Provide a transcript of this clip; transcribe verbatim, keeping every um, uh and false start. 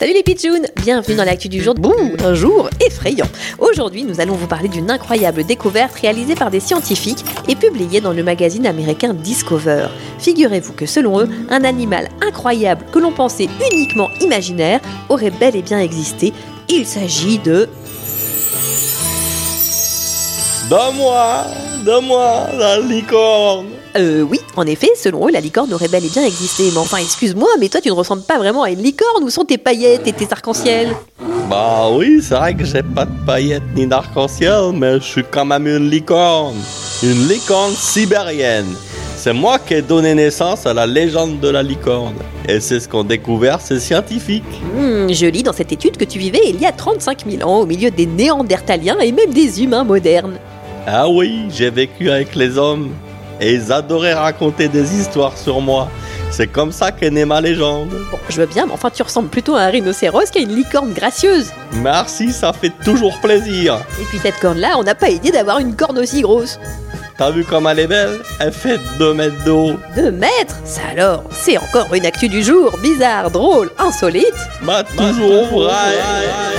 Salut les pitchouns, bienvenue dans l'actu du jour. Bouh, un jour effrayant. Aujourd'hui, nous allons vous parler d'une incroyable découverte réalisée par des scientifiques et publiée dans le magazine américain Discover. Figurez-vous que selon eux, un animal incroyable que l'on pensait uniquement imaginaire aurait bel et bien existé. Il s'agit de... Donne-moi, donne-moi la licorne. Euh oui, en effet, selon eux, la licorne aurait bel et bien existé. Mais enfin, excuse-moi, mais toi tu ne ressembles pas vraiment à une licorne. Où sont tes paillettes et tes arcs-en-ciel? Bah oui, c'est vrai que j'ai pas de paillettes ni d'arc-en-ciel, mais je suis quand même une licorne. Une licorne sibérienne. C'est moi qui ai donné naissance à la légende de la licorne. Et c'est ce qu'ont découvert ces scientifiques. Hmm, je lis dans cette étude que tu vivais il y a trente-cinq mille ans, au milieu des néandertaliens et même des humains modernes. Ah oui, j'ai vécu avec les hommes. Et ils adoraient raconter des histoires sur moi. C'est comme ça qu'est née ma légende. Bon, je veux bien, mais enfin tu ressembles plutôt à un rhinocéros qu'à une licorne gracieuse. Merci, ça fait toujours plaisir. Et puis cette corne-là, on n'a pas idée d'avoir une corne aussi grosse. T'as vu comme elle est belle? Elle fait deux mètres de haut. Deux mètres? Ça alors, c'est encore une actu du jour, bizarre, drôle, insolite. Bah toujours vrai.